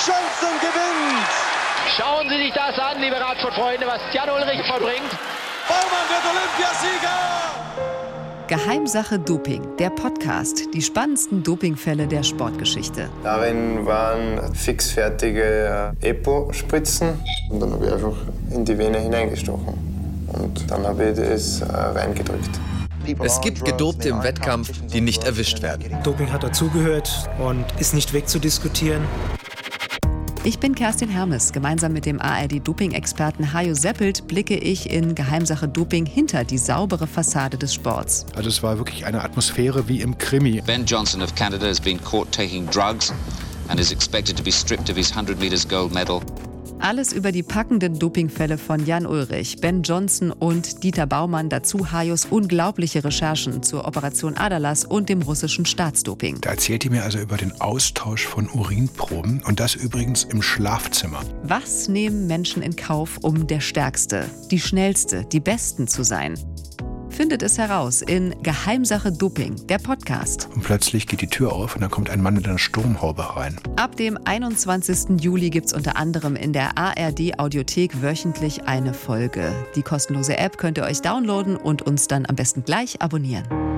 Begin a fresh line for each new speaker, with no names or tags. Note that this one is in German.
Johnson gewinnt.
Schauen Sie sich das an, liebe Radsportfreunde, was Jan Ullrich vollbringt.
Baumann wird Olympiasieger.
Geheimsache Doping, der Podcast. Die spannendsten Dopingfälle der Sportgeschichte.
Darin waren fixfertige EPO-Spritzen. Und dann habe ich einfach in die Vene hineingestochen. Und dann habe ich das reingedrückt.
Es gibt Gedopte im Wettkampf, die nicht erwischt werden.
Doping hat dazugehört und ist nicht wegzudiskutieren.
Ich bin Kerstin Hermes. Gemeinsam mit dem ARD-Doping-Experten Hajo Seppelt blicke ich in Geheimsache Doping hinter die saubere Fassade des Sports.
Also es war wirklich eine Atmosphäre wie im Krimi.
Ben Johnson of Canada has been caught taking drugs and is expected to be stripped of his 100 meters gold medal.
Alles über die packenden Dopingfälle von Jan Ullrich, Ben Johnson und Dieter Baumann. Dazu Hajos unglaubliche Recherchen zur Operation Adalas und dem russischen Staatsdoping.
Da erzählt die mir also über den Austausch von Urinproben und das übrigens im Schlafzimmer.
Was nehmen Menschen in Kauf, um der Stärkste, die Schnellste, die Besten zu sein? Findet es heraus in Geheimsache Doping, der Podcast.
Und plötzlich geht die Tür auf und dann kommt ein Mann mit einer Sturmhaube rein.
Ab dem 21. Juli gibt's unter anderem in der ARD-Audiothek wöchentlich eine Folge. Die kostenlose App könnt ihr euch downloaden und uns dann am besten gleich abonnieren.